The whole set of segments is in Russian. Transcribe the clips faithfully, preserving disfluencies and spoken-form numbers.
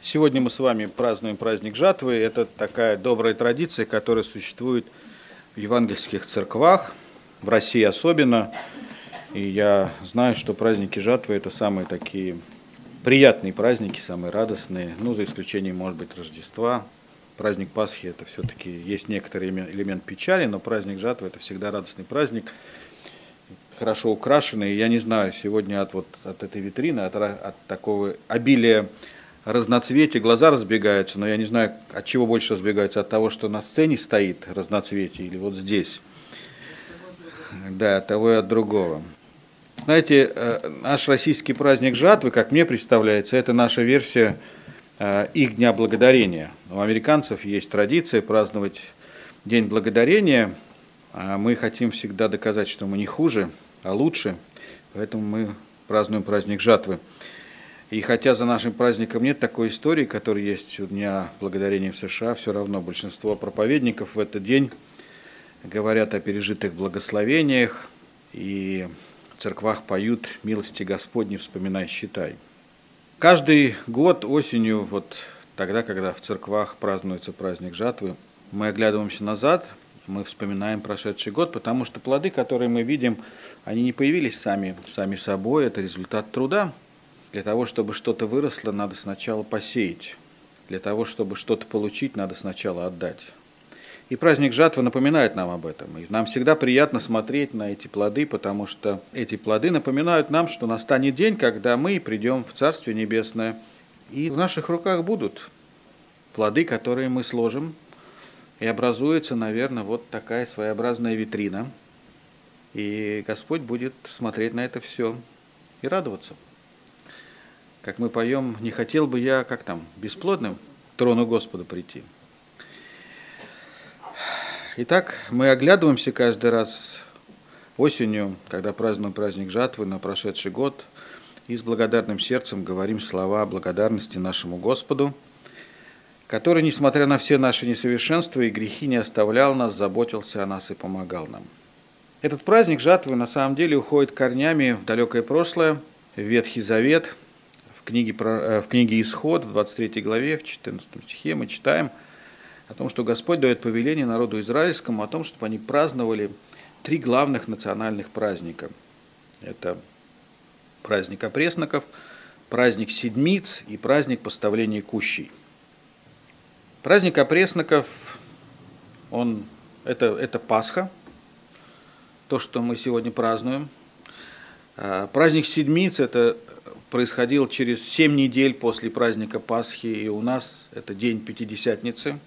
Сегодня мы с вами празднуем праздник жатвы. Это такая добрая традиция, которая существует в евангельских церквах, в России особенно. И я знаю, что праздники жатвы – это самые такие приятные праздники, самые радостные, ну, за исключением, может быть, Рождества. Праздник Пасхи – это все-таки есть некоторый элемент печали, но праздник жатвы – это всегда радостный праздник, хорошо украшенный. Я не знаю, сегодня от, вот, от этой витрины, от, от такого обилия разноцветия глаза разбегаются, но я не знаю, от чего больше разбегаются, от того, что на сцене стоит разноцветие, или вот здесь. Да, от того и от другого. Знаете, наш российский праздник жатвы, как мне представляется, это наша версия их Дня Благодарения. У американцев есть традиция праздновать День Благодарения, а мы хотим всегда доказать, что мы не хуже, а лучше, поэтому мы празднуем праздник жатвы. И хотя за нашим праздником нет такой истории, которая есть у Дня Благодарения в США, все равно большинство проповедников в этот день говорят о пережитых благословениях и в церквах поют «Милости Господни, вспоминай, считай». Каждый год осенью, вот тогда, когда в церквах празднуется праздник жатвы, мы оглядываемся назад, мы вспоминаем прошедший год, потому что плоды, которые мы видим, они не появились сами, сами собой, это результат труда. Для того, чтобы что-то выросло, надо сначала посеять. Для того, чтобы что-то получить, надо сначала отдать. И праздник жатвы напоминает нам об этом. И нам всегда приятно смотреть на эти плоды, потому что эти плоды напоминают нам, что настанет день, когда мы придем в Царствие Небесное, и в наших руках будут плоды, которые мы сложим, и образуется, наверное, вот такая своеобразная витрина. И Господь будет смотреть на это все и радоваться. Как мы поем, не хотел бы я, как там, бесплодным к трону Господа прийти. Итак, мы оглядываемся каждый раз осенью, когда празднуем праздник жатвы на прошедший год, и с благодарным сердцем говорим слова благодарности нашему Господу, который, несмотря на все наши несовершенства и грехи, не оставлял нас, заботился о нас и помогал нам. Этот праздник жатвы на самом деле уходит корнями в далекое прошлое, в Ветхий Завет. В книге, в книге Исход, в двадцать третьей главе, в четырнадцатом стихе мы читаем о том, что Господь дает повеление народу израильскому о том, чтобы они праздновали три главных национальных праздника. Это праздник опресноков, праздник седмиц и праздник поставления кущей. Праздник опресноков, он, это, это Пасха, то, что мы сегодня празднуем. Праздник седмиц – это происходил через семь недель после праздника Пасхи, и у нас это день Пятидесятницы.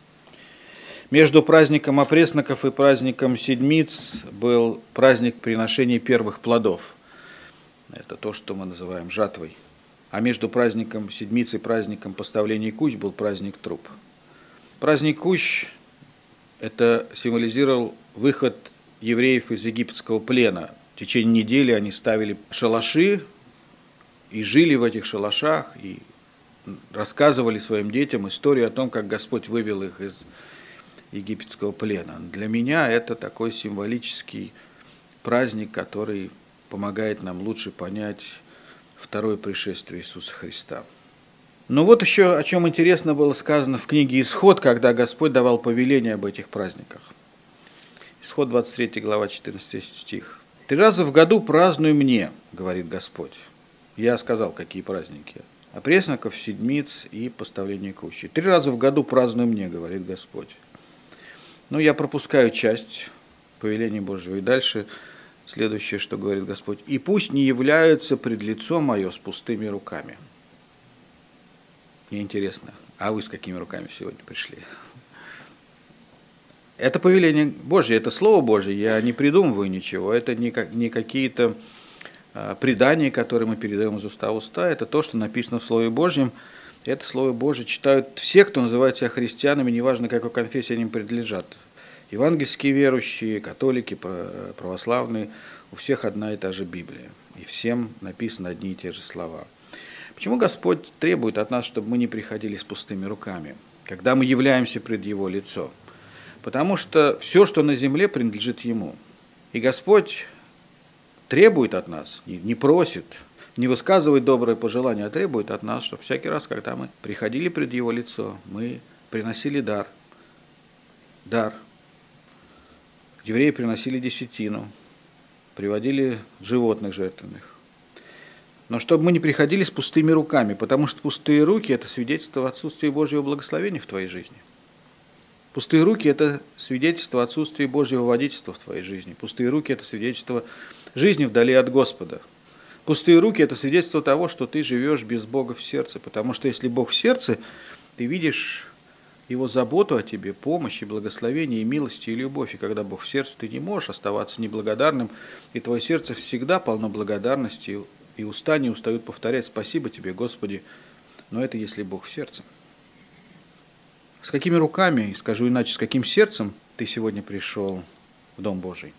Между праздником опресноков и праздником седмиц был праздник приношения первых плодов. Это то, что мы называем жатвой. А между праздником седмиц и праздником поставления кущ был праздник труб. Праздник кущ – это символизировал выход евреев из египетского плена. В течение недели они ставили шалаши, и жили в этих шалашах, и рассказывали своим детям историю о том, как Господь вывел их из египетского плена. Для меня это такой символический праздник, который помогает нам лучше понять второе пришествие Иисуса Христа. Но вот еще о чем интересно было сказано в книге Исход, когда Господь давал повеление об этих праздниках. Исход двадцать третья глава, четырнадцатый стих. «Три раза в году празднуй мне, говорит Господь». Я сказал, какие праздники. Опресноков, седмиц и поставление кущи. Три раза в году празднуй мне, говорит Господь. Ну, я пропускаю часть повеления Божьего. И дальше следующее, что говорит Господь. «И пусть не являются пред лицо мое с пустыми руками». Мне интересно, а вы с какими руками сегодня пришли? Это повеление Божье, это Слово Божье. Я не придумываю ничего. Это не, как, не какие-то предания, которые мы передаем из уста в уста, это то, что написано в Слове Божьем. Это Слово Божье читают все, кто называет себя христианами, неважно, какой конфессии они принадлежат. Евангельские верующие, католики, православные, у всех одна и та же Библия. И всем написаны одни и те же слова. Почему Господь требует от нас, чтобы мы не приходили с пустыми руками, когда мы являемся пред Его лицо? Потому что все, что на земле, принадлежит Ему. И Господь требует от нас, не просит, не высказывает доброе пожелание, а требует от нас, что всякий раз, когда мы приходили пред Его лицо, мы приносили дар. Дар. Евреи приносили десятину, приводили животных жертвенных. Но чтобы мы не приходили с пустыми руками, потому что пустые руки – это свидетельство отсутствия Божьего благословения в твоей жизни. Пустые руки – это свидетельство отсутствия Божьего водительства в твоей жизни. Пустые руки – это свидетельство жизни вдали от Господа. Пустые руки – это свидетельство того, что ты живешь без Бога в сердце. Потому что если Бог в сердце, ты видишь Его заботу о тебе, помощь и благословение, и милость, и любовь. И когда Бог в сердце, ты не можешь оставаться неблагодарным, и твое сердце всегда полно благодарности, и уста не устают повторять «Спасибо тебе, Господи». Но это если Бог в сердце. С какими руками, скажу иначе, с каким сердцем ты сегодня пришел в Дом Божий?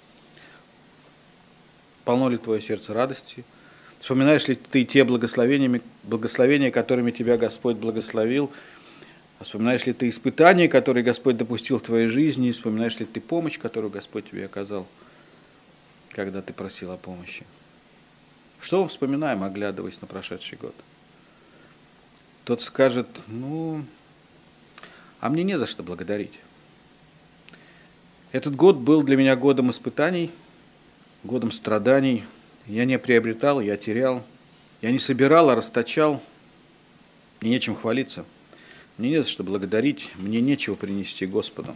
Полно ли твое сердце радости? Вспоминаешь ли ты те благословения, благословения, которыми тебя Господь благословил? Вспоминаешь ли ты испытания, которые Господь допустил в твоей жизни? Вспоминаешь ли ты помощь, которую Господь тебе оказал, когда ты просил о помощи? Что мы вспоминаем, оглядываясь на прошедший год? Тот скажет, ну, а мне не за что благодарить. Этот год был для меня годом испытаний, годом страданий. Я не приобретал, я терял. Я не собирал, а расточал. Мне нечем хвалиться. Мне не за что благодарить, мне нечего принести Господу.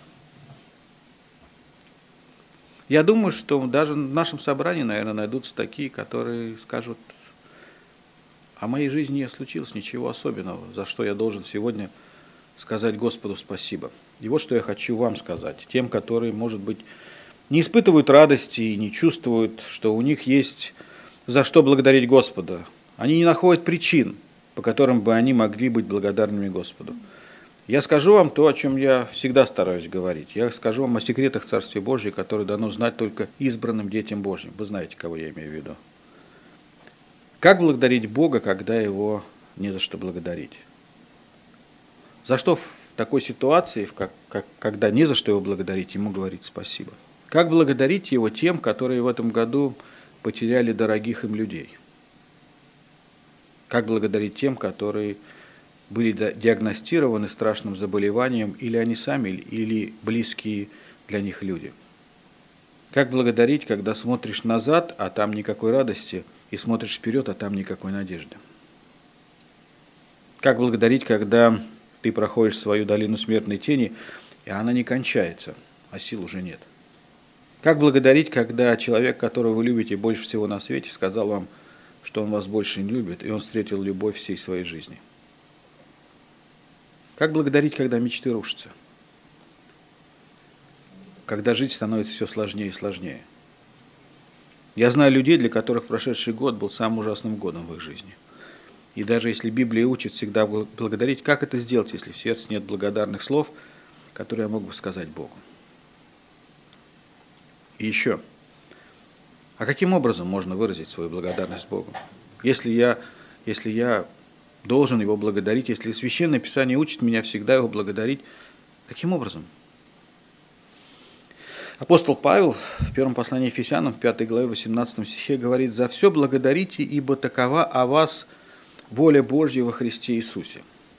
Я думаю, что даже в нашем собрании, наверное, найдутся такие, которые скажут, о моей жизни не случилось ничего особенного, за что я должен сегодня сказать Господу спасибо. И вот что я хочу вам сказать, тем, которые, может быть, не испытывают радости и не чувствуют, что у них есть за что благодарить Господа. Они не находят причин, по которым бы они могли быть благодарными Господу. Я скажу вам то, о чем я всегда стараюсь говорить. Я скажу вам о секретах Царствия Божьего, которые дано знать только избранным детям Божьим. Вы знаете, кого я имею в виду. Как благодарить Бога, когда Его не за что благодарить? За что в такой ситуации, как, как, когда не за что Его благодарить, Ему говорить спасибо? Как благодарить Его тем, которые в этом году потеряли дорогих им людей? Как благодарить тем, которые были диагностированы страшным заболеванием, или они сами, или близкие для них люди? Как благодарить, когда смотришь назад, а там никакой радости, и смотришь вперед, а там никакой надежды? Как благодарить, когда ты проходишь свою долину смертной тени, и она не кончается, а сил уже нет? Как благодарить, когда человек, которого вы любите больше всего на свете, сказал вам, что он вас больше не любит, и он встретил любовь всей своей жизни? Как благодарить, когда мечты рушатся? Когда жить становится все сложнее и сложнее? Я знаю людей, для которых прошедший год был самым ужасным годом в их жизни. И даже если Библия учит всегда благодарить, как это сделать, если в сердце нет благодарных слов, которые я мог бы сказать Богу? И еще, а каким образом можно выразить свою благодарность Богу? Если я, если я должен Его благодарить, если Священное Писание учит меня всегда Его благодарить, каким образом? Апостол Павел в первом послании Ефесянам, в пятой главе, восемнадцатом стихе говорит: «За все благодарите, ибо такова о вас воля Божья во Христе Иисусе».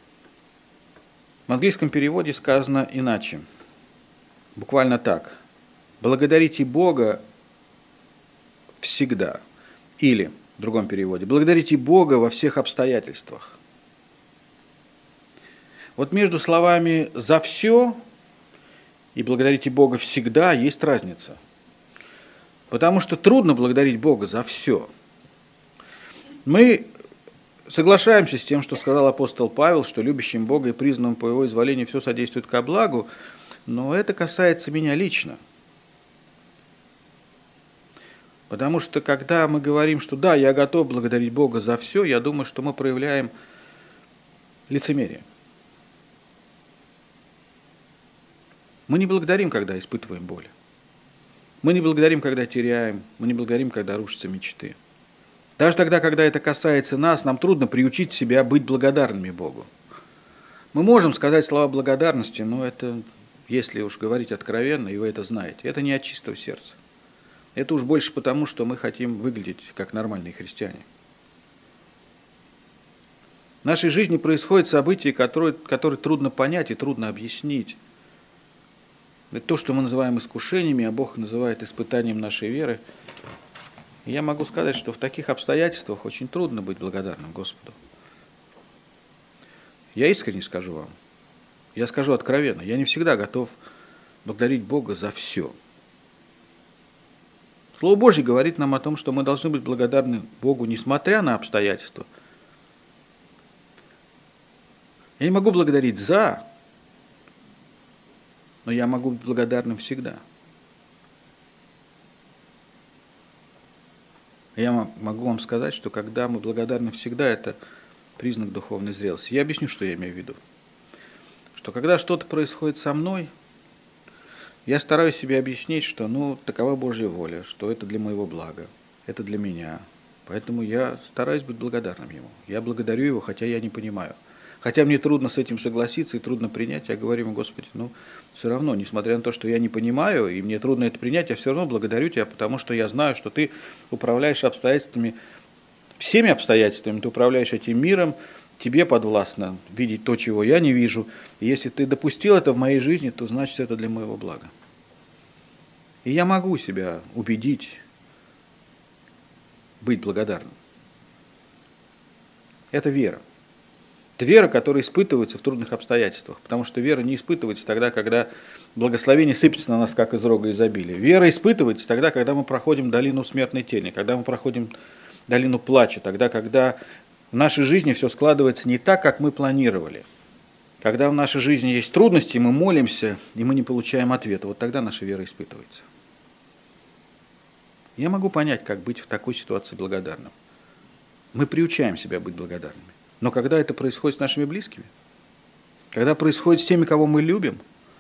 В английском переводе сказано иначе, буквально так: «Благодарите Бога всегда». Или, в другом переводе, «Благодарите Бога во всех обстоятельствах». Вот между словами «за все» и «благодарите Бога всегда» есть разница. Потому что трудно благодарить Бога за все. Мы соглашаемся с тем, что сказал апостол Павел, что любящим Бога и признанным по Его изволению все содействует ко благу, но это касается меня лично. Потому что когда мы говорим, что да, я готов благодарить Бога за все, я думаю, что мы проявляем лицемерие. Мы не благодарим, когда испытываем боль. Мы не благодарим, когда теряем. Мы не благодарим, когда рушатся мечты. Даже тогда, когда это касается нас, нам трудно приучить себя быть благодарными Богу. Мы можем сказать слова благодарности, но это, если уж говорить откровенно, и вы это знаете, это не от чистого сердца. Это уж больше потому, что мы хотим выглядеть как нормальные христиане. В нашей жизни происходят события, которые, которые трудно понять и трудно объяснить. Это то, что мы называем искушениями, а Бог называет испытанием нашей веры. И я могу сказать, что в таких обстоятельствах очень трудно быть благодарным Господу. Я искренне скажу вам, я скажу откровенно, я не всегда готов благодарить Бога за все. Слово Божье говорит нам о том, что мы должны быть благодарны Богу, несмотря на обстоятельства. Я не могу благодарить за, но я могу быть благодарным всегда. Я могу вам сказать, что когда мы благодарны всегда, это признак духовной зрелости. Я объясню, что я имею в виду. Что когда что-то происходит со мной, я стараюсь себе объяснить, что ну, такова Божья воля, что это для моего блага, это для меня. Поэтому я стараюсь быть благодарным Ему. Я благодарю Его, хотя я не понимаю. Хотя мне трудно с этим согласиться и трудно принять, я говорю Ему: Господи, ну все равно, несмотря на то, что я не понимаю, и мне трудно это принять, я все равно благодарю Тебя, потому что я знаю, что Ты управляешь обстоятельствами, всеми обстоятельствами, Ты управляешь этим миром, Тебе подвластно видеть то, чего я не вижу. И если Ты допустил это в моей жизни, то значит это для моего блага. И я могу себя убедить быть благодарным. Это вера. Это вера, которая испытывается в трудных обстоятельствах, потому что вера не испытывается тогда, когда благословение сыпется на нас, как из рога изобилия. Вера испытывается тогда, когда мы проходим долину смертной тени, когда мы проходим долину плача, тогда, когда в нашей жизни все складывается не так, как мы планировали. Когда в нашей жизни есть трудности, мы молимся, и мы не получаем ответа. Вот тогда наша вера испытывается. Я могу понять, как быть в такой ситуации благодарным. Мы приучаем себя быть благодарными. Но когда это происходит с нашими близкими, когда происходит с теми, кого мы любим,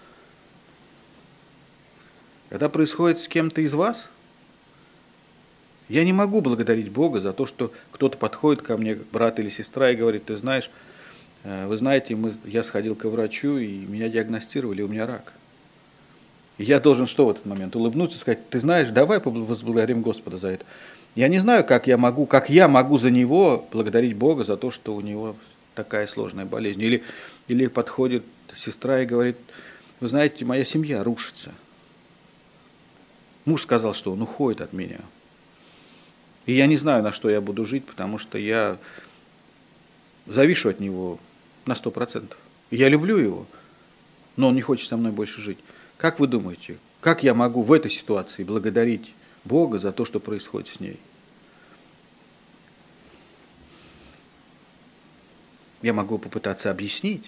когда происходит с кем-то из вас, я не могу благодарить Бога за то, что кто-то подходит ко мне, брат или сестра, и говорит: ты знаешь, вы знаете, мы, я сходил к врачу, и меня диагностировали, у меня рак. И я должен что в этот момент? Улыбнуться и сказать: ты знаешь, давай возблагодарим Господа за это. Я не знаю, как я могу, как я могу за него благодарить Бога за то, что у него такая сложная болезнь. Или, или подходит сестра и говорит: вы знаете, моя семья рушится. Муж сказал, что он уходит от меня. И я не знаю, на что я буду жить, потому что я завишу от него на сто процентов. Я люблю его, но он не хочет со мной больше жить. Как вы думаете, как я могу в этой ситуации благодарить Бога за то, что происходит с ней? Я могу попытаться объяснить,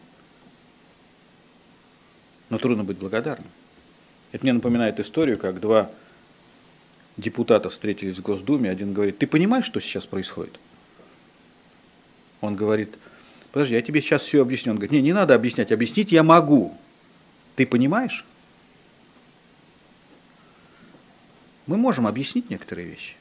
но трудно быть благодарным. Это мне напоминает историю, как два депутата встретились в Госдуме. Один говорит: ты понимаешь, что сейчас происходит? Он говорит: подожди, я тебе сейчас все объясню. Он говорит: не, не надо объяснять, объяснить я могу. Ты понимаешь? Мы можем объяснить некоторые вещи.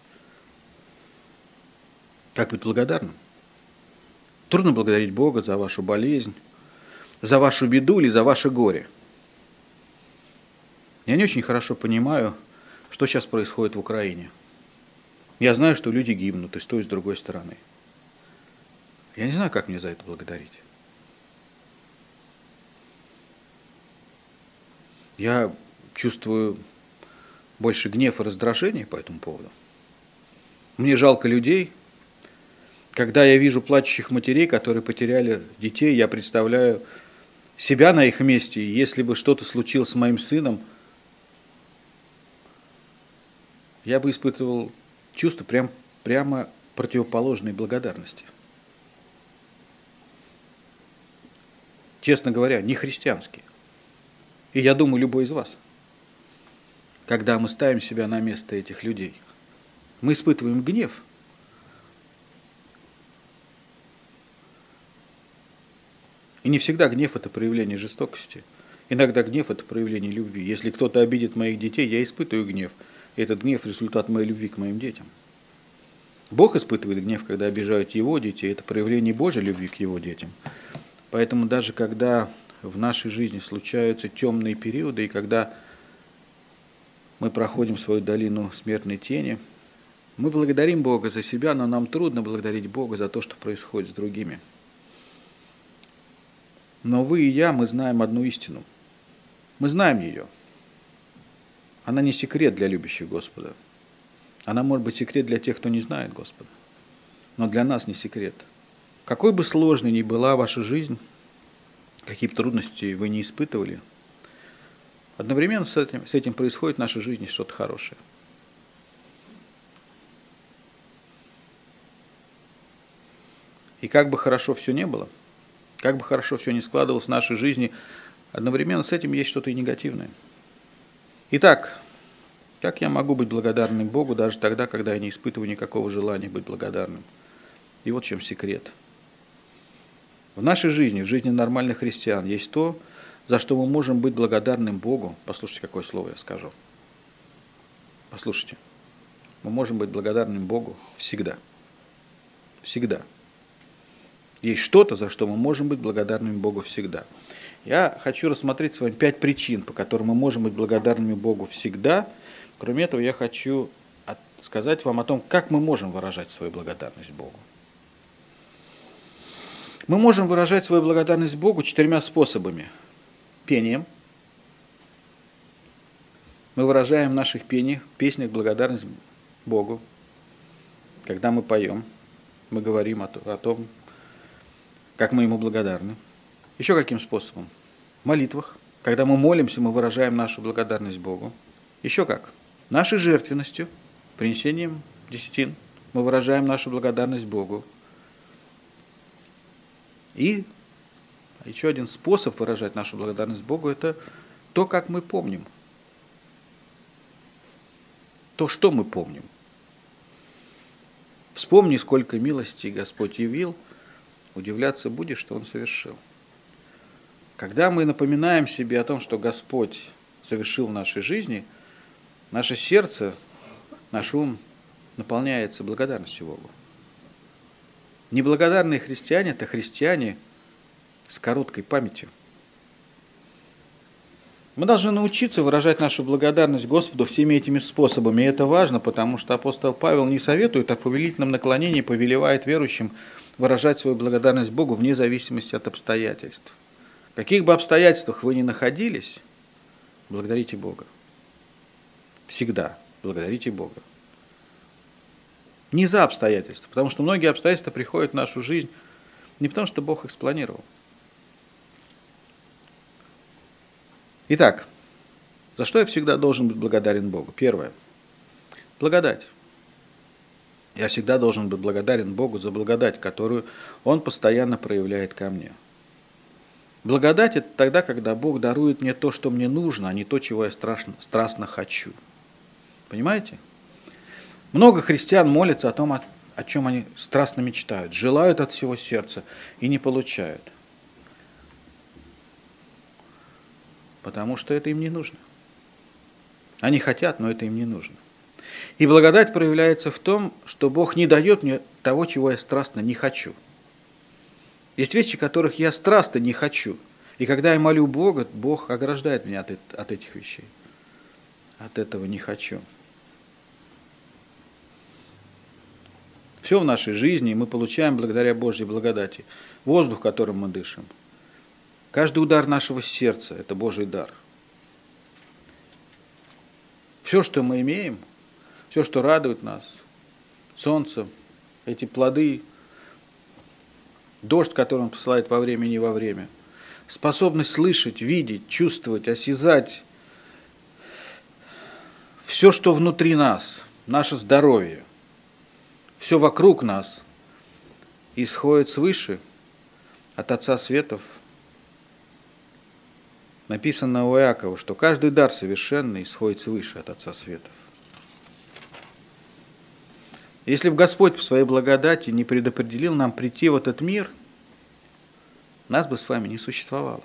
Как быть благодарным? Трудно благодарить Бога за вашу болезнь, за вашу беду или за ваше горе. Я не очень хорошо понимаю, что сейчас происходит в Украине. Я знаю, что люди гибнут и с той, и с другой стороны. Я не знаю, как мне за это благодарить. Я чувствую больше гнев и раздражение по этому поводу. Мне жалко людей. Когда я вижу плачущих матерей, которые потеряли детей, я представляю себя на их месте. И если бы что-то случилось с моим сыном, я бы испытывал чувство прям, прямо противоположной благодарности. Честно говоря, не христианские. И я думаю, любой из вас, когда мы ставим себя на место этих людей, мы испытываем гнев. И не всегда гнев – это проявление жестокости. Иногда гнев – это проявление любви. Если кто-то обидит моих детей, я испытываю гнев. И этот гнев – результат моей любви к моим детям. Бог испытывает гнев, когда обижают Его детей. Это проявление Божьей любви к Его детям. Поэтому даже когда в нашей жизни случаются темные периоды, и когда мы проходим свою долину смертной тени, мы благодарим Бога за себя, но нам трудно благодарить Бога за то, что происходит с другими. Но вы и я, мы знаем одну истину. Мы знаем ее. Она не секрет для любящих Господа. Она может быть секрет для тех, кто не знает Господа. Но для нас не секрет. Какой бы сложной ни была ваша жизнь, какие бы трудности вы не испытывали, одновременно с этим, с этим происходит в нашей жизни что-то хорошее. И как бы хорошо все не было, как бы хорошо все не складывалось в нашей жизни, одновременно с этим есть что-то и негативное. Итак, как я могу быть благодарным Богу даже тогда, когда я не испытываю никакого желания быть благодарным? И вот в чем секрет. В нашей жизни, в жизни нормальных христиан есть то, за что мы можем быть благодарным Богу. Послушайте, какое слово я скажу. Послушайте. Мы можем быть благодарным Богу всегда. Всегда. Есть что-то, за что мы можем быть благодарными Богу всегда. Я хочу рассмотреть с вами пять причин, по которым мы можем быть благодарными Богу всегда. Кроме этого, я хочу сказать вам о том, как мы можем выражать свою благодарность Богу. Мы можем выражать свою благодарность Богу четырьмя способами. Пением. Мы выражаем в наших пениях, песнях благодарность Богу. Когда мы поем, мы говорим о том, как мы Ему благодарны. Еще каким способом? В молитвах. Когда мы молимся, мы выражаем нашу благодарность Богу. Еще как? Нашей жертвенностью, принесением десятин, мы выражаем нашу благодарность Богу. И еще один способ выражать нашу благодарность Богу – это то, как мы помним. То, что мы помним. Вспомни, сколько милостей Господь явил, удивляться будешь, что Он совершил. Когда мы напоминаем себе о том, что Господь совершил в нашей жизни, наше сердце, наш ум наполняется благодарностью Богу. Неблагодарные христиане – это христиане с короткой памятью. Мы должны научиться выражать нашу благодарность Господу всеми этими способами. И это важно, потому что апостол Павел не советует, а в повелительном наклонении повелевает верующим выражать свою благодарность Богу вне зависимости от обстоятельств. В каких бы обстоятельствах вы ни находились, благодарите Бога. Всегда благодарите Бога. Не за обстоятельства, потому что многие обстоятельства приходят в нашу жизнь не потому, что Бог их спланировал. Итак, за что я всегда должен быть благодарен Богу? Первое. Благодать. Я всегда должен быть благодарен Богу за благодать, которую Он постоянно проявляет ко мне. Благодать – это тогда, когда Бог дарует мне то, что мне нужно, а не то, чего я страшно, страстно хочу. Понимаете? Много христиан молятся о том, о, о чем они страстно мечтают, желают от всего сердца и не получают. Потому что это им не нужно. Они хотят, но это им не нужно. И благодать проявляется в том, что Бог не дает мне того, чего я страстно не хочу. Есть вещи, которых я страстно не хочу. И когда я молю Бога, Бог ограждает меня от, от этих вещей. От этого не хочу. Все в нашей жизни мы получаем благодаря Божьей благодати. Воздух, которым мы дышим. Каждый удар нашего сердца – это Божий дар. Все, что мы имеем, все, что радует нас, солнце, эти плоды, дождь, который Он посылает во время и не во время, способность слышать, видеть, чувствовать, осязать, все, что внутри нас, наше здоровье, все вокруг нас исходит свыше от Отца Светов. Написано у Иакова, что каждый дар совершенный исходит свыше от Отца Светов. Если бы Господь по своей благодати не предопределил нам прийти в этот мир, нас бы с вами не существовало.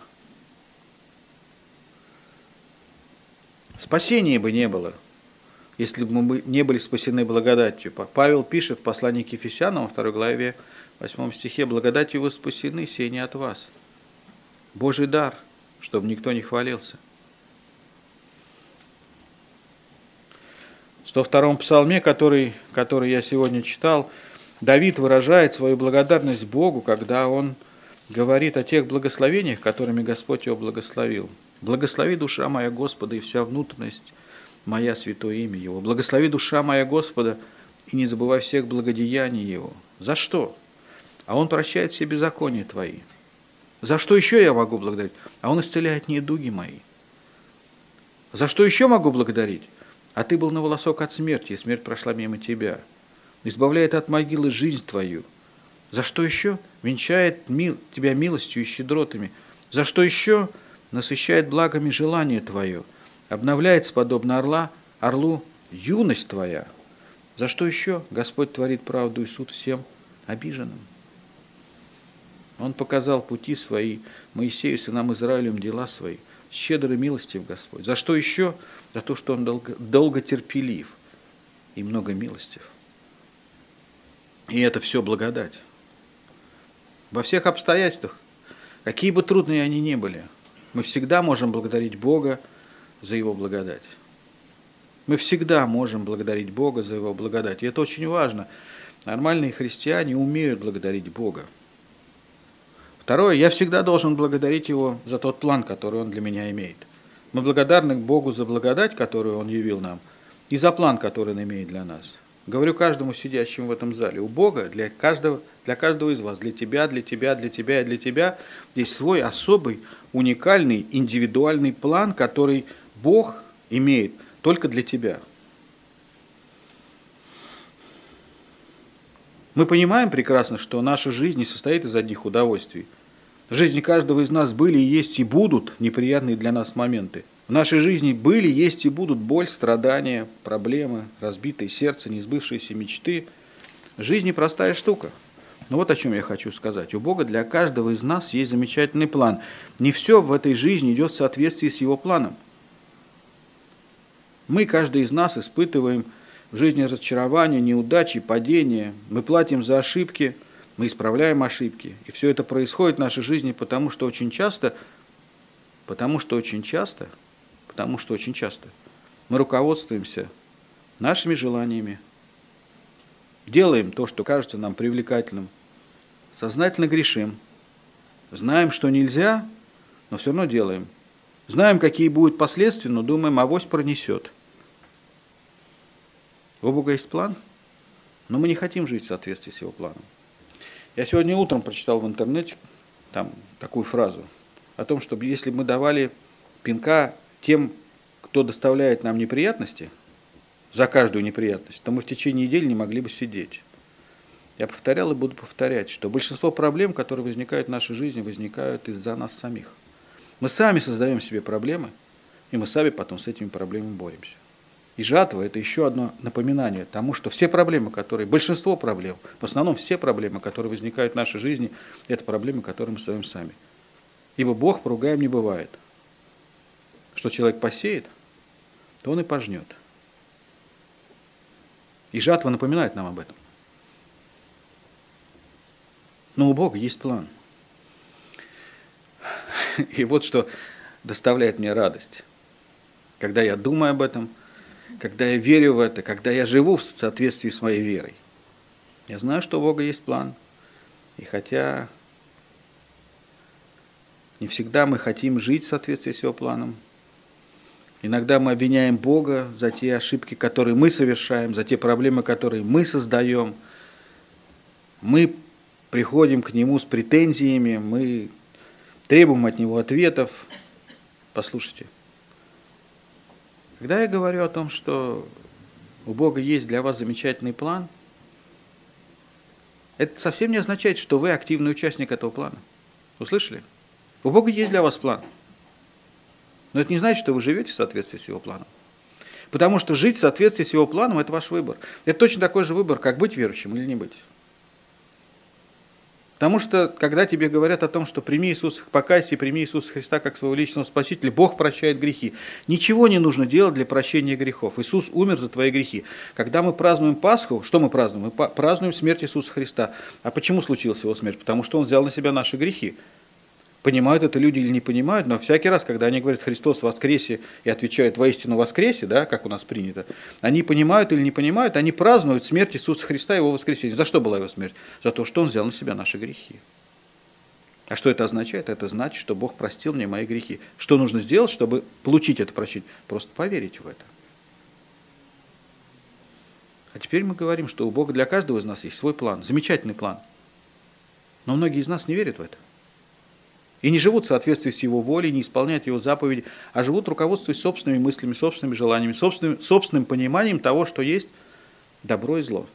Спасения бы не было, если бы мы не были спасены благодатью. Павел пишет в послании к Ефесянам, во второй главе, восьмом стихе: «Благодатью вы спасены, сей не от вас». Божий дар, чтобы никто не хвалился. В сто втором псалме, который, который я сегодня читал, Давид выражает свою благодарность Богу, когда он говорит о тех благословениях, которыми Господь его благословил. «Благослови, душа моя, Господа, и вся внутренность моя, святое имя Его. Благослови, душа моя, Господа, и не забывай всех благодеяний Его». За что? А Он прощает все беззакония твои. За что еще я могу благодарить? А Он исцеляет недуги мои. За что еще могу благодарить? А ты был на волосок от смерти, и смерть прошла мимо тебя. Избавляет от могилы жизнь твою. За что еще? Венчает мил, тебя милостью и щедротами. За что еще? Насыщает благами желание твое. Обновляется, подобно орла, орлу, юность твоя. За что еще? Господь творит правду и суд всем обиженным. Он показал пути свои Моисею, сынам Израилем, дела свои. Щедрый милостив Господь. За что еще? За то, что Он долго, долго терпелив и много милостив. И это все благодать. Во всех обстоятельствах, какие бы трудные они ни были, мы всегда можем благодарить Бога за Его благодать. Мы всегда можем благодарить Бога за Его благодать. И это очень важно. Нормальные христиане умеют благодарить Бога. Второе, я всегда должен благодарить Его за тот план, который Он для меня имеет. Мы благодарны Богу за благодать, которую Он явил нам, и за план, который Он имеет для нас. Говорю каждому сидящему в этом зале, у Бога для каждого, для каждого из вас, для тебя, для тебя, для тебя и для тебя есть свой особый, уникальный, индивидуальный план, который Бог имеет только для тебя. Мы понимаем прекрасно, что наша жизнь не состоит из одних удовольствий. В жизни каждого из нас были, есть и будут неприятные для нас моменты. В нашей жизни были, есть и будут боль, страдания, проблемы, разбитое сердце, несбывшиеся мечты. Жизнь непростая штука. Но вот о чем я хочу сказать. У Бога для каждого из нас есть замечательный план. Не все в этой жизни идет в соответствии с Его планом. Мы, каждый из нас, испытываем в жизни разочарования, неудачи, падения. Мы платим за ошибки, мы исправляем ошибки. И все это происходит в нашей жизни, потому что очень часто, потому что очень часто, потому что очень часто мы руководствуемся нашими желаниями, делаем то, что кажется нам привлекательным, сознательно грешим, знаем, что нельзя, но все равно делаем. Знаем, какие будут последствия, но думаем, авось пронесет. У Бога есть план, но мы не хотим жить в соответствии с Его планом. Я сегодня утром прочитал в интернете там такую фразу о том, что если мы давали пинка тем, кто доставляет нам неприятности, за каждую неприятность, то мы в течение недели не могли бы сидеть. Я повторял и буду повторять, что большинство проблем, которые возникают в нашей жизни, возникают из-за нас самих. Мы сами создаем себе проблемы, и мы сами потом с этими проблемами боремся. И жатва – это еще одно напоминание тому, что все проблемы, которые, большинство проблем, в основном все проблемы, которые возникают в нашей жизни, это проблемы, которые мы создаем сами. Ибо Бог поругаем не бывает. Что человек посеет, то он и пожнет. И жатва напоминает нам об этом. Но у Бога есть план. И вот что доставляет мне радость. Когда я думаю об этом, когда я верю в это, когда я живу в соответствии с моей верой. Я знаю, что у Бога есть план. И хотя не всегда мы хотим жить в соответствии с Его планом, иногда мы обвиняем Бога за те ошибки, которые мы совершаем, за те проблемы, которые мы создаем. Мы приходим к Нему с претензиями, мы требуем от Него ответов. Послушайте, когда я говорю о том, что у Бога есть для вас замечательный план, это совсем не означает, что вы активный участник этого плана. Услышали? У Бога есть для вас план. Но это не значит, что вы живете в соответствии с Его планом. Потому что жить в соответствии с Его планом – это ваш выбор. Это точно такой же выбор, как быть верующим или не быть. Потому что, когда тебе говорят о том, что прими Иисуса, покайся и прими Иисуса Христа как своего личного Спасителя, Бог прощает грехи. Ничего не нужно делать для прощения грехов. Иисус умер за твои грехи. Когда мы празднуем Пасху, что мы празднуем? Мы празднуем смерть Иисуса Христа. А почему случилась Его смерть? Потому что Он взял на себя наши грехи. Понимают это люди или не понимают, но всякий раз, когда они говорят «Христос воскресе» и отвечают «Воистину воскресе», да, как у нас принято, они понимают или не понимают, они празднуют смерть Иисуса Христа и Его воскресение. За что была Его смерть? За то, что Он взял на себя наши грехи. А что это означает? Это значит, что Бог простил мне мои грехи. Что нужно сделать, чтобы получить это прощение? Просто поверить в это. А теперь мы говорим, что у Бога для каждого из нас есть свой план, замечательный план. Но многие из нас не верят в это. И не живут в соответствии с Его волей, не исполняют Его заповеди, а живут руководствуясь собственными мыслями, собственными желаниями, собственным, собственным пониманием того, что есть добро и зло.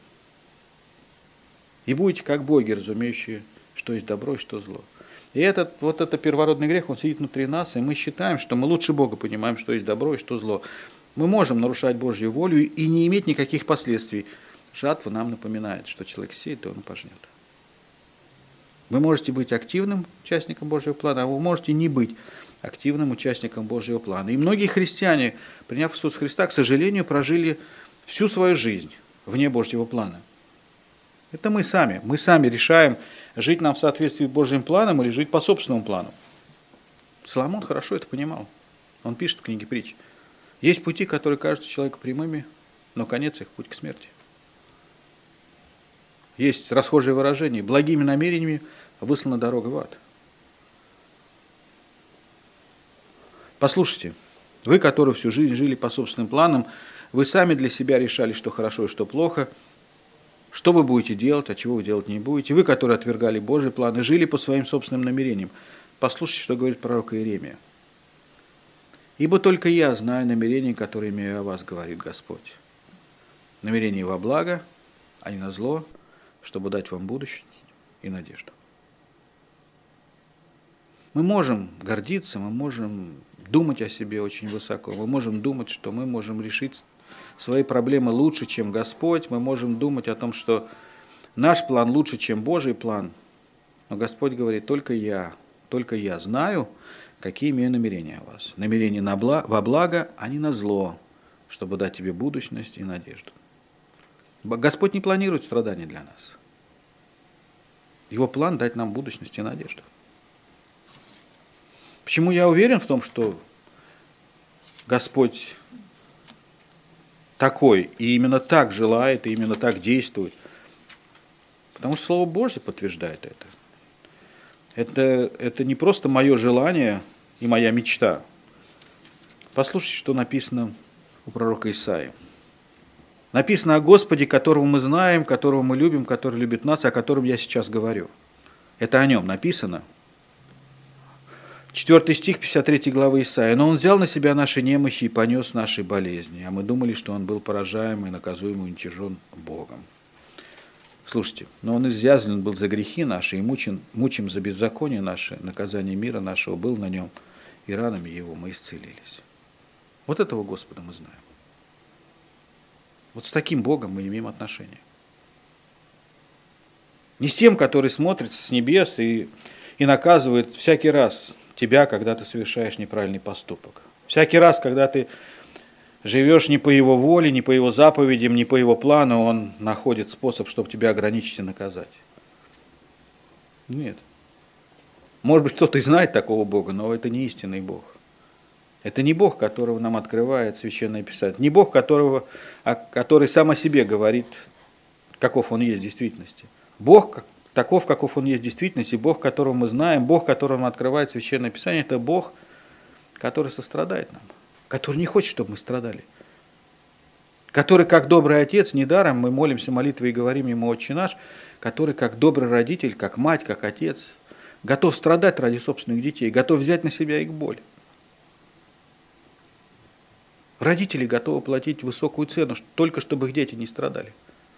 И будете как боги, разумеющие, что есть добро и что зло. И этот, вот этот первородный грех, он сидит внутри нас, и мы считаем, что мы лучше Бога понимаем, что есть добро и что зло. Мы можем нарушать Божью волю и не иметь никаких последствий. Жатва нам напоминает, что человек сеет, то он пожнет. Вы можете быть активным участником Божьего плана, а вы можете не быть активным участником Божьего плана. И многие христиане, приняв Иисуса Христа, к сожалению, прожили всю свою жизнь вне Божьего плана. Это мы сами. Мы сами решаем, жить нам в соответствии с Божьим планом или жить по собственному плану. Соломон хорошо это понимал. Он пишет в книге Притч. Есть пути, которые кажутся человеку прямыми, но конец их путь к смерти. Есть расхожее выражение: благими намерениями выслана дорога в ад. Послушайте, вы, которые всю жизнь жили по собственным планам, вы сами для себя решали, что хорошо и что плохо, что вы будете делать, а чего вы делать не будете. Вы, которые отвергали Божьи планы, жили по своим собственным намерениям. Послушайте, что говорит пророк Иеремия. «Ибо только я знаю намерения, которые имею о вас, говорит Господь. Намерения во благо, а не на зло, чтобы дать вам будущность и надежду». Мы можем гордиться, мы можем думать о себе очень высоко, мы можем думать, что мы можем решить свои проблемы лучше, чем Господь, мы можем думать о том, что наш план лучше, чем Божий план, но Господь говорит: только я, только я знаю, какие имею намерения о вас. Намерения на благо, во благо, а не на зло, чтобы дать тебе будущность и надежду. Господь не планирует страдания для нас. Его план – дать нам будущность и надежду. Почему я уверен в том, что Господь такой, и именно так желает, и именно так действует? Потому что Слово Божье подтверждает это. Это, это не просто мое желание и моя мечта. Послушайте, что написано у пророка Исаии. Написано о Господе, которого мы знаем, которого мы любим, который любит нас, о котором я сейчас говорю. Это о нем написано. Четвертый стих пятьдесят третьей главы Исаии. «Но он взял на себя наши немощи и понес наши болезни, а мы думали, что он был поражаем и наказуем и уничижен Богом». Слушайте, но он изъязвлен был за грехи наши и мучен, мучим за беззаконие наше, наказание мира нашего был на нем, и ранами его мы исцелились. Вот этого Господа мы знаем. Вот с таким Богом мы имеем отношение. Не с тем, который смотрит с небес и, и наказывает всякий раз тебя, когда ты совершаешь неправильный поступок. Всякий раз, когда ты живешь не по его воле, не по его заповедям, не по его плану, он находит способ, чтобы тебя ограничить и наказать. Нет. Может быть, кто-то и знает такого Бога, но это не истинный Бог. Это не Бог, которого нам открывает Священное Писание. Не Бог, которого, который сам о себе говорит, каков он есть в действительности. Бог таков, каков он есть в действительности. Бог, которого мы знаем, Бог, которому открывает Священное Писание, это Бог, который сострадает нам, который не хочет, чтобы мы страдали. Который, как добрый отец, недаром мы молимся молитвой и говорим ему «Отче наш», который, как добрый родитель, как мать, как отец, готов страдать ради собственных детей, готов взять на себя их боль. Родители готовы платить высокую цену, только чтобы их дети не страдали.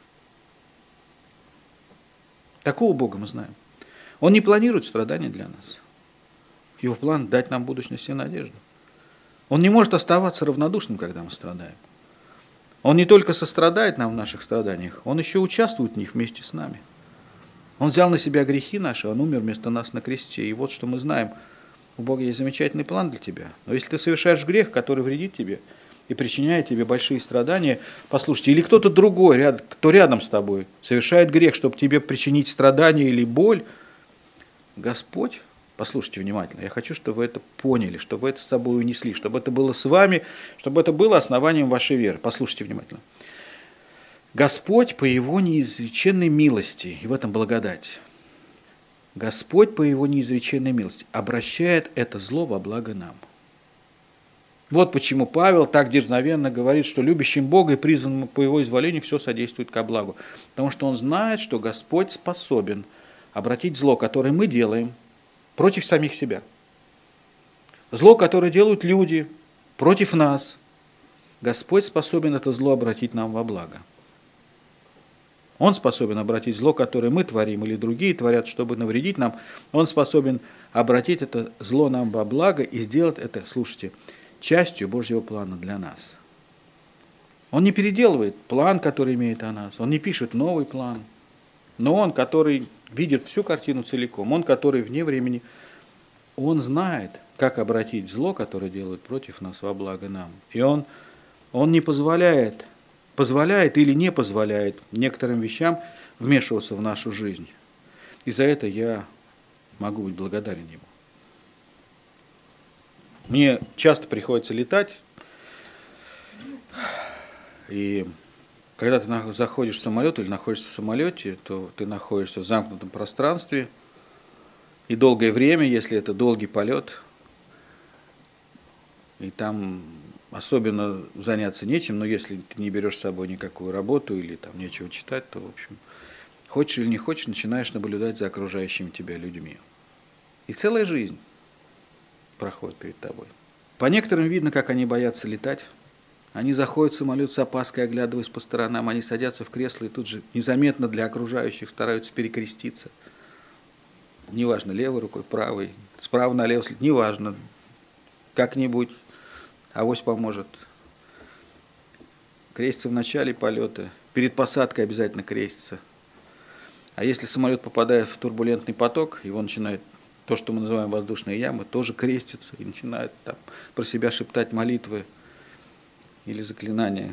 Такого Бога мы знаем. Он не планирует страдания для нас. Его план – дать нам будущность и надежду. Он не может оставаться равнодушным, когда мы страдаем. Он не только сострадает нам в наших страданиях, он еще участвует в них вместе с нами. Он взял на себя грехи наши, он умер вместо нас на кресте. И вот что мы знаем. У Бога есть замечательный план для тебя. Но если ты совершаешь грех, который вредит тебе и причиняет тебе большие страдания, послушайте, или кто-то другой, кто рядом с тобой, совершает грех, чтобы тебе причинить страдания или боль, Господь, послушайте внимательно, я хочу, чтобы вы это поняли, чтобы вы это с собой унесли, чтобы это было с вами, чтобы это было основанием вашей веры. Послушайте внимательно. Господь по Его неизреченной милости, и в этом благодать, Господь по Его неизреченной милости обращает это зло во благо нам. Вот почему Павел так дерзновенно говорит, что любящим Бога и призванным по Его изволению все содействует ко благу. Потому что он знает, что Господь способен обратить зло, которое мы делаем, против самих себя. Зло, которое делают люди против нас. Господь способен это зло обратить нам во благо. Он способен обратить зло, которое мы творим или другие творят, чтобы навредить нам. Он способен обратить это зло нам во благо и сделать это, слушайте, частью Божьего плана для нас. Он не переделывает план, который имеет о нас. Он не пишет новый план. Но Он, который видит всю картину целиком, Он, который вне времени, Он знает, как обратить зло, которое делают против нас, во благо нам. И Он, он не позволяет, позволяет или не позволяет некоторым вещам вмешиваться в нашу жизнь. И за это я могу быть благодарен Ему. Мне часто приходится летать, и когда ты заходишь в самолет или находишься в самолете, то ты находишься в замкнутом пространстве, и долгое время, если это долгий полет, и там особенно заняться нечем, но если ты не берешь с собой никакую работу или там нечего читать, то, в общем, хочешь или не хочешь, начинаешь наблюдать за окружающими тебя людьми. И целая жизнь проходит перед тобой. По некоторым видно, как они боятся летать. Они заходят в самолет с опаской, оглядываясь по сторонам, они садятся в кресло и тут же незаметно для окружающих стараются перекреститься. Неважно, левой рукой, правой, справа налево, неважно, как-нибудь, авось поможет. Креститься в начале полета, перед посадкой обязательно креститься. А если самолет попадает в турбулентный поток, его начинает, то, что мы называем воздушные ямы, тоже крестится и начинает там про себя шептать молитвы или заклинания.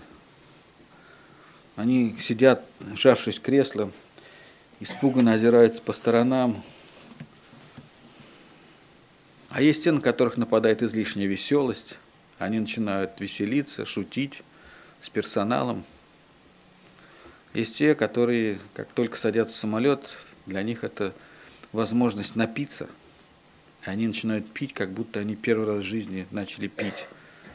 Они сидят, сжавшись в кресло, испуганно озираются по сторонам. А есть те, на которых нападает излишняя веселость. Они начинают веселиться, шутить с персоналом. Есть те, которые, как только садятся в самолет, для них это возможность напиться. И они начинают пить, как будто они первый раз в жизни начали пить.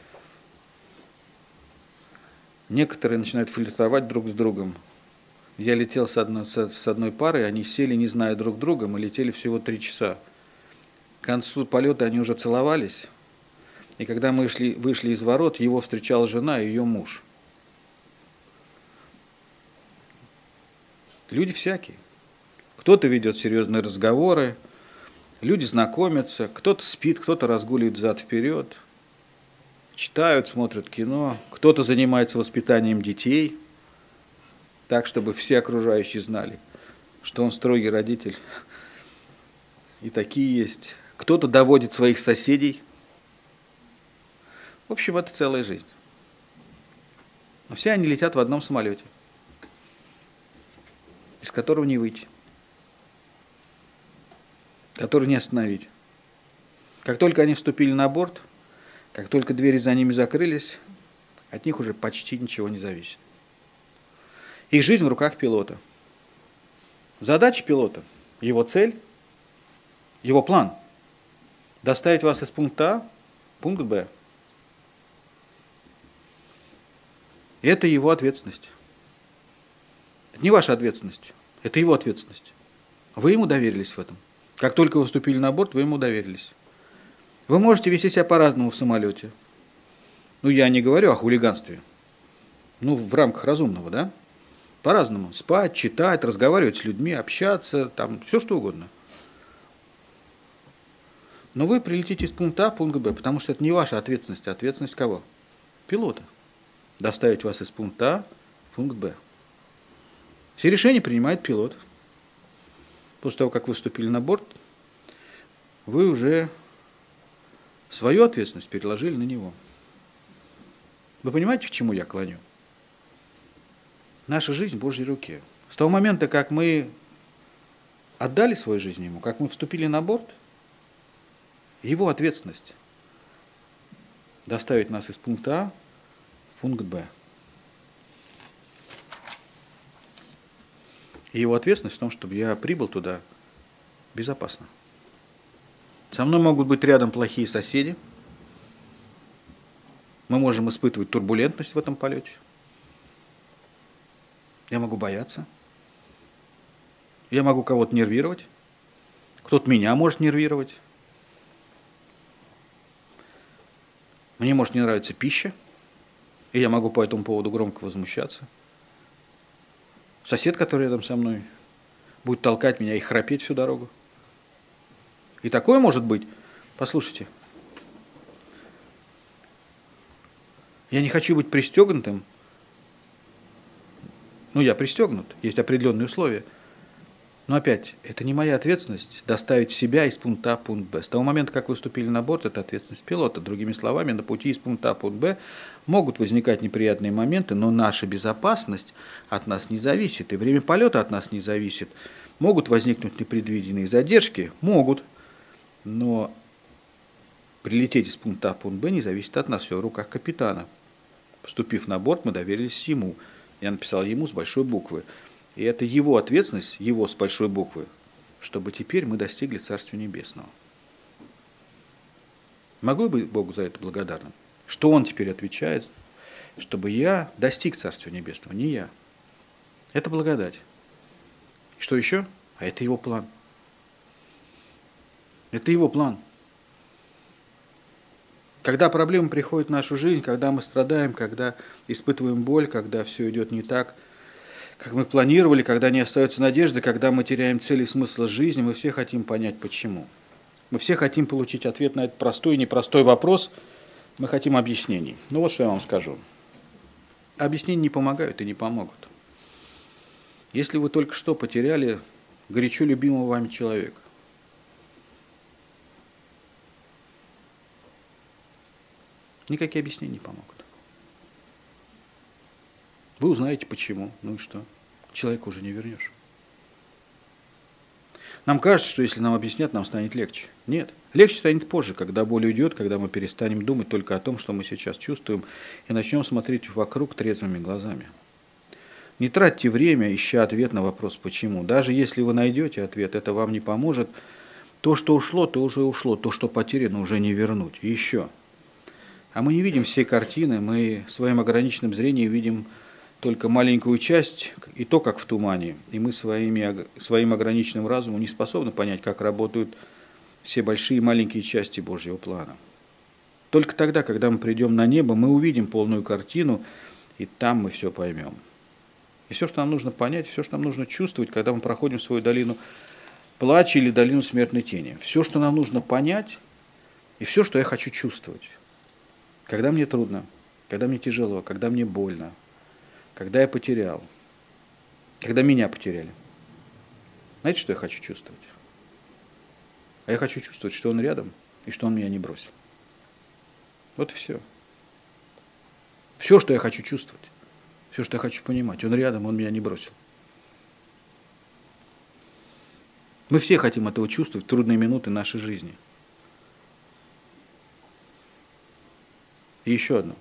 Некоторые начинают флиртовать друг с другом. Я летел с одной, с одной парой, они сели, не зная друг друга, мы летели всего три часа. К концу полета они уже целовались. И когда мы шли, вышли из ворот, его встречала жена и ее муж. Люди всякие. Кто-то ведет серьезные разговоры, люди знакомятся, кто-то спит, кто-то разгуливает взад-вперед, читают, смотрят кино, кто-то занимается воспитанием детей, так, чтобы все окружающие знали, что он строгий родитель. И такие есть. Кто-то доводит своих соседей. В общем, это целая жизнь. Но все они летят в одном самолете, из которого не выйти, который не остановить. Как только они вступили на борт, как только двери за ними закрылись, от них уже почти ничего не зависит. Их жизнь в руках пилота. Задача пилота, его цель, его план – доставить вас из пункта А в пункт Б. И это его ответственность. Это не ваша ответственность, это его ответственность. Вы ему доверились в этом. Как только вы вступили на борт, вы ему доверились. Вы можете вести себя по-разному в самолете. Ну, я не говорю о хулиганстве. Ну, в рамках разумного, да? По-разному. Спать, читать, разговаривать с людьми, общаться, там, все что угодно. Но вы прилетите из пункта А в пункт Б, потому что это не ваша ответственность, а ответственность кого? Пилота. Доставить вас из пункта А в пункт Б. Все решения принимает пилот. После того, как вы вступили на борт, вы уже свою ответственность переложили на него. Вы понимаете, к чему я клоню? Наша жизнь в Божьей руке. С того момента, как мы отдали свою жизнь Ему, как мы вступили на борт, Его ответственность доставить нас из пункта А в пункт Б. И Его ответственность в том, чтобы я прибыл туда Безопасно. Со мной могут быть рядом плохие соседи. Мы можем испытывать турбулентность в этом полете. Я могу бояться. Я могу кого-то нервировать. Кто-то меня может нервировать. Мне может не нравиться пища, и я могу по этому поводу громко возмущаться. Сосед, который рядом со мной, будет толкать меня и храпеть всю дорогу. И такое может быть. Послушайте, я не хочу быть пристегнутым. Ну, я пристегнут, есть определенные условия. Но опять, это не моя ответственность доставить себя из пункта А в пункт Б. С того момента, как вы вступили на борт, это ответственность пилота. Другими словами, на пути из пункта А в пункт Б могут возникать неприятные моменты, но наша безопасность от нас не зависит, и время полета от нас не зависит. Могут возникнуть непредвиденные задержки? Могут. Но прилететь из пункта А в пункт Б не зависит от нас, все в руках капитана. Вступив на борт, мы доверились ему. Я написал ему с большой буквы. И это его ответственность, его с большой буквы, чтобы теперь мы достигли Царствия Небесного. Могу я быть Богу за это благодарным? Что Он теперь отвечает? Чтобы я достиг Царствия Небесного, не я. Это благодать. И что еще? А это Его план. Это Его план. Когда проблемы приходят в нашу жизнь, когда мы страдаем, когда испытываем боль, когда все идет не так, как мы планировали, когда не остается надежды, когда мы теряем цель и смысл жизни, мы все хотим понять, почему. Мы все хотим получить ответ на этот простой и непростой вопрос. Мы хотим объяснений. Ну вот что я вам скажу. Объяснения не помогают и не помогут. Если вы только что потеряли горячо любимого вами человека, никакие объяснения не помогут. Вы узнаете, почему. Ну и что? Человека уже не вернешь. Нам кажется, что если нам объяснят, нам станет легче. Нет. Легче станет позже, когда боль уйдет, когда мы перестанем думать только о том, что мы сейчас чувствуем, и начнем смотреть вокруг трезвыми глазами. Не тратьте время, ища ответ на вопрос «почему?». Даже если вы найдете ответ, это вам не поможет. То, что ушло, то уже ушло. То, что потеряно, уже не вернуть. И еще. А мы не видим всей картины, мы своим ограниченным зрением видим только маленькую часть, и то, как в тумане. И мы своими, своим ограниченным разумом не способны понять, как работают все большие и маленькие части Божьего плана. Только тогда, когда мы придем на небо, мы увидим полную картину, и там мы все поймем. И все, что нам нужно понять, все, что нам нужно чувствовать, когда мы проходим свою долину плача или долину смертной тени. Все, что нам нужно понять, и все, что я хочу чувствовать. Когда мне трудно, когда мне тяжело, когда мне больно, когда я потерял, когда меня потеряли. Знаете, что я хочу чувствовать? А я хочу чувствовать, что Он рядом и что Он меня не бросил. Вот и все. Все, что я хочу чувствовать, все, что я хочу понимать. Он рядом, Он меня не бросил. Мы все хотим этого чувствовать в трудные минуты нашей жизни. И еще одно.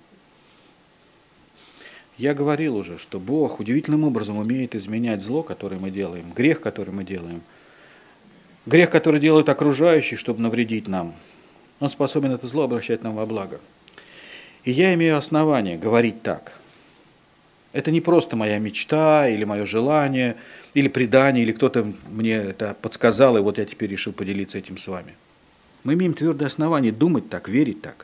Я говорил уже, что Бог удивительным образом умеет изменять зло, которое мы делаем, грех, который мы делаем, грех, который делают окружающие, чтобы навредить нам. Он способен это зло обращать нам во благо. И я имею основание говорить так. Это не просто моя мечта, или мое желание, или предание, или кто-то мне это подсказал, и вот я теперь решил поделиться этим с вами. Мы имеем твердое основание думать так, верить так.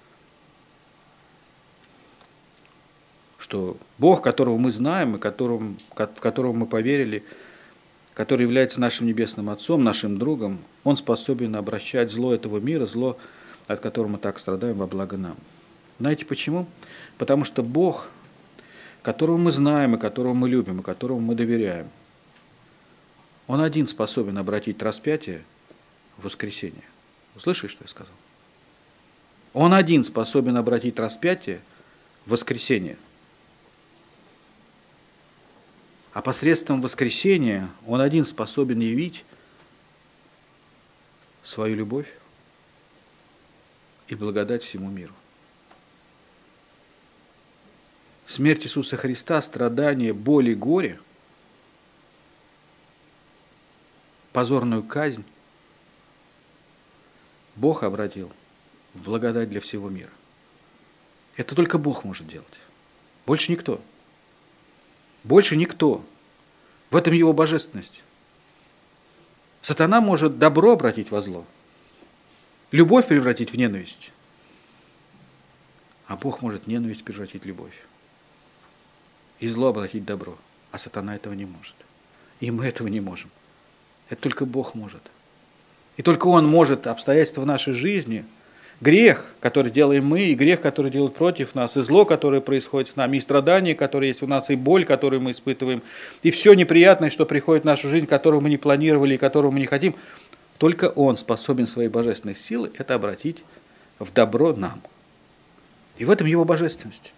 Что Бог, которого мы знаем, и которым, в которого мы поверили, который является нашим небесным Отцом, нашим другом, Он способен обращать зло этого мира, зло, от которого мы так страдаем, во благо нам. Знаете почему? Потому что Бог, которого мы знаем, и которого мы любим, и которому мы доверяем, Он один способен обратить распятие в воскресение. Вы слышали, что я сказал? Он один способен обратить распятие в воскресение. А посредством воскресения Он один способен явить свою любовь и благодать всему миру. Смерть Иисуса Христа, страдания, боль и горе позорную казнь Бог обратил в благодать для всего мира. Это только Бог может делать. Больше никто. Больше никто. В этом его божественность. Сатана может добро обратить во зло, любовь превратить в ненависть, а Бог может ненависть превратить в любовь и зло обратить в добро, а сатана этого не может. И мы этого не можем. Это только Бог может. И только Он может обстоятельства в нашей жизни, грех, который делаем мы, и грех, который делают против нас, и зло, которое происходит с нами, и страдания, которые есть у нас, и боль, которую мы испытываем, и все неприятное, что приходит в нашу жизнь, которую мы не планировали и которую мы не хотим, только Он способен своей божественной силой это обратить в добро нам. И в этом Его божественность.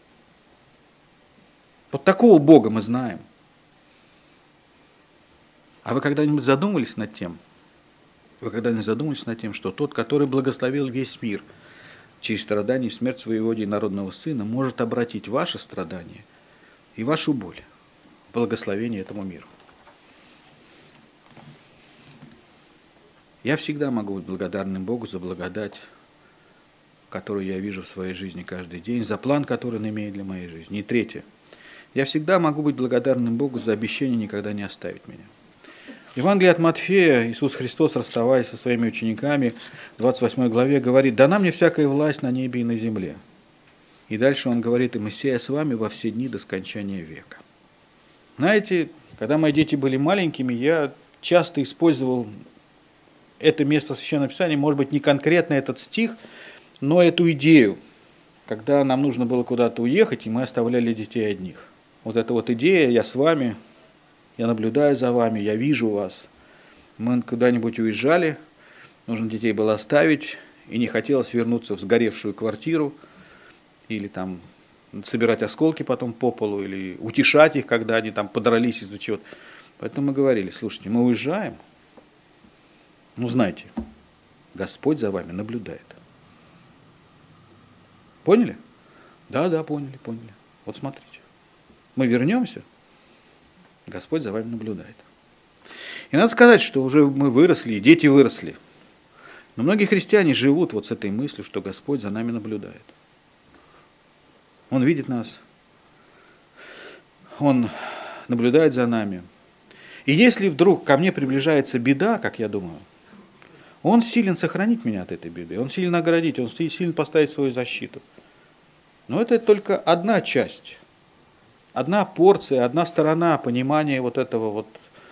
Вот такого Бога мы знаем. А вы когда-нибудь задумывались над тем, Вы когда-нибудь задумывались над тем, что тот, который благословил весь мир через страдания и смерть своего единородного Сына, может обратить ваши страдания и вашу боль в благословение этому миру? Я всегда могу быть благодарным Богу за благодать, которую я вижу в своей жизни каждый день, за план, который Он имеет для моей жизни. И третье. Я всегда могу быть благодарным Богу за обещание никогда не оставить меня. В Евангелии от Матфея Иисус Христос, расставаясь со своими учениками, в двадцать восьмой главе говорит: «Дана мне всякая власть на небе и на земле». И дальше Он говорит: «И Моисея с вами во все дни до скончания века». Знаете, когда мои дети были маленькими, я часто использовал это место Священного Писания, может быть, не конкретно этот стих, но эту идею, когда нам нужно было куда-то уехать, и мы оставляли детей одних. Вот эта вот идея «я с вами», я наблюдаю за вами, я вижу вас. Мы куда-нибудь уезжали, нужно детей было оставить, и не хотелось вернуться в сгоревшую квартиру, или там собирать осколки потом по полу, или утешать их, когда они там подрались из-за чего-то. Поэтому мы говорили: слушайте, мы уезжаем, ну знайте, Господь за вами наблюдает. Поняли? Да, да, поняли, поняли. Вот смотрите, мы вернемся, Господь за вами наблюдает. И надо сказать, что уже мы выросли, и дети выросли. Но многие христиане живут вот с этой мыслью, что Господь за нами наблюдает. Он видит нас. Он наблюдает за нами. И если вдруг ко мне приближается беда, как я думаю, Он силен сохранить меня от этой беды. Он силен оградить, Он силен поставить свою защиту. Но это только одна часть. Одна порция, одна сторона понимания вот этого вот,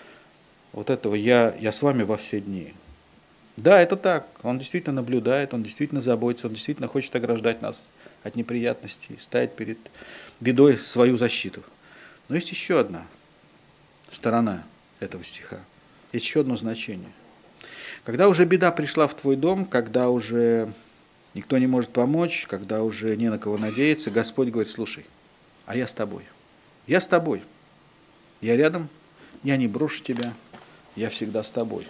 вот этого я, я с вами во все дни. Да, это так. Он действительно наблюдает, Он действительно заботится, Он действительно хочет ограждать нас от неприятностей, ставить перед бедой свою защиту. Но есть еще одна сторона этого стиха. Есть еще одно значение. Когда уже беда пришла в твой дом, когда уже никто не может помочь, когда уже не на кого надеяться, Господь говорит: слушай, а я с тобой. Я с тобой. Я рядом, я не брошу тебя, я всегда с тобой.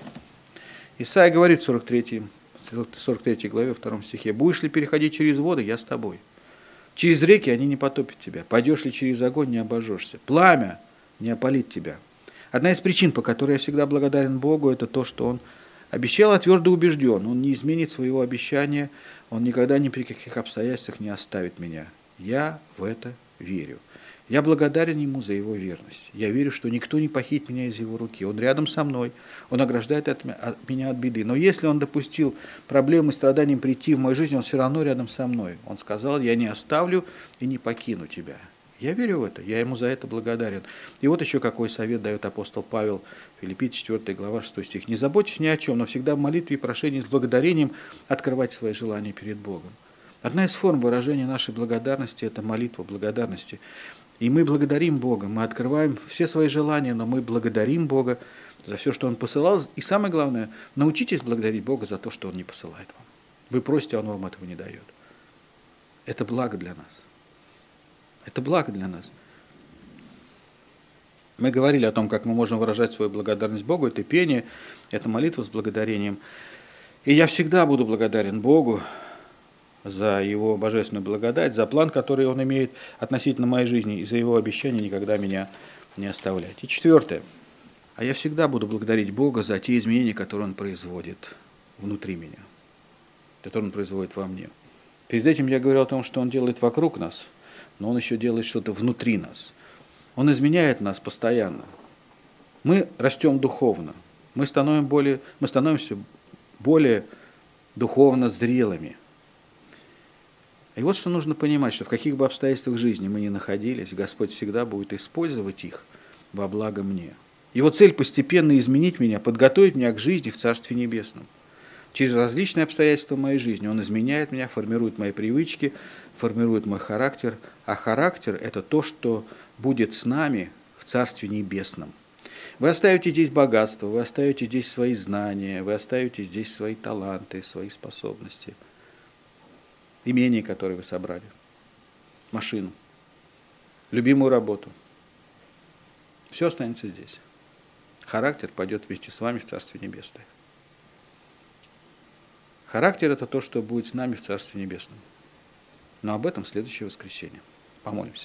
Исайя говорит в сорок третьей, сорок третьей главе, втором стихе: будешь ли переходить через воды, я с тобой. Через реки они не потопят тебя. Пойдешь ли через огонь, не обожжешься. Пламя не опалит тебя. Одна из причин, по которой я всегда благодарен Богу, это то, что Он обещал, а твердо убежден. Он не изменит своего обещания, Он никогда ни при каких обстоятельствах не оставит меня. Я в это верю. Я благодарен Ему за Его верность. Я верю, что никто не похитит меня из Его руки. Он рядом со мной, Он ограждает от меня от беды. Но если Он допустил проблемы и страданиям прийти в мою жизнь, Он все равно рядом со мной. Он сказал: я не оставлю и не покину тебя. Я верю в это, я Ему за это благодарен. И вот еще какой совет дает апостол Павел, Филиппийцам четвёртая глава, шестой стих. «Не заботьтесь ни о чем, но всегда в молитве и прошении с благодарением открывайте свои желания перед Богом». Одна из форм выражения нашей благодарности – это молитва благодарности. И мы благодарим Бога, мы открываем все свои желания, но мы благодарим Бога за все, что Он посылал. И самое главное, научитесь благодарить Бога за то, что Он не посылает вам. Вы просите, а Он вам этого не дает. Это благо для нас. Это благо для нас. Мы говорили о том, как мы можем выражать свою благодарность Богу. Это пение, это молитва с благодарением. И я всегда буду благодарен Богу за Его божественную благодать, за план, который Он имеет относительно моей жизни, и за Его обещание никогда меня не оставлять. И четвертое. А я всегда буду благодарить Бога за те изменения, которые Он производит внутри меня, которые Он производит во мне. Перед этим я говорил о том, что Он делает вокруг нас, но Он еще делает что-то внутри нас. Он изменяет нас постоянно. Мы растем духовно, мы, становим более, мы становимся более духовно зрелыми. И вот что нужно понимать, что в каких бы обстоятельствах жизни мы ни находились, Господь всегда будет использовать их во благо мне. Его цель постепенно изменить меня, подготовить меня к жизни в Царстве Небесном. Через различные обстоятельства моей жизни Он изменяет меня, формирует мои привычки, формирует мой характер. А характер – это то, что будет с нами в Царстве Небесном. Вы оставите здесь богатство, вы оставите здесь свои знания, вы оставите здесь свои таланты, свои способности, имение, которое вы собрали, машину, любимую работу. Все останется здесь. Характер пойдет вместе с вами в Царстве Небесное. Характер – это то, что будет с нами в Царстве Небесном. Но об этом в следующее воскресенье. Помолимся.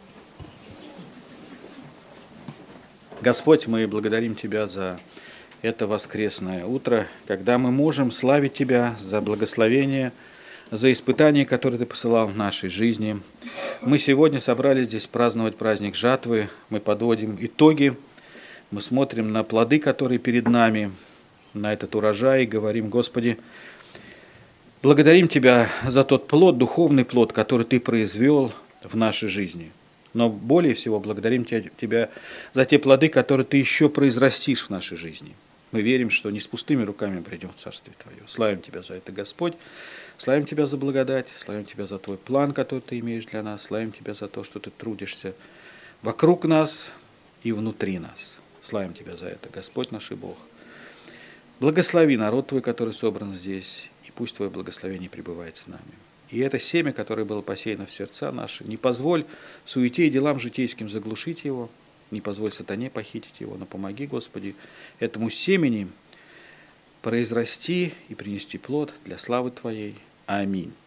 Господь, мы благодарим Тебя за это воскресное утро, когда мы можем славить Тебя за благословение, за испытания, которые Ты посылал в нашей жизни. Мы сегодня собрались здесь праздновать праздник жатвы, мы подводим итоги, мы смотрим на плоды, которые перед нами, на этот урожай, и говорим: Господи, благодарим Тебя за тот плод, духовный плод, который Ты произвел в нашей жизни. Но более всего благодарим Тебя за те плоды, которые Ты еще произрастишь в нашей жизни. Мы верим, что не с пустыми руками придем в Царствие Твое. Славим Тебя за это, Господь. Славим Тебя за благодать. Славим Тебя за Твой план, который Ты имеешь для нас. Славим Тебя за то, что Ты трудишься вокруг нас и внутри нас. Славим Тебя за это, Господь наш и Бог. Благослови народ Твой, который собран здесь, и пусть Твое благословение пребывает с нами. И это семя, которое было посеяно в сердца наши, не позволь суете и делам житейским заглушить его, не позволь сатане похитить его, но помоги, Господи, этому семени произрасти и принести плод для славы Твоей. Аминь.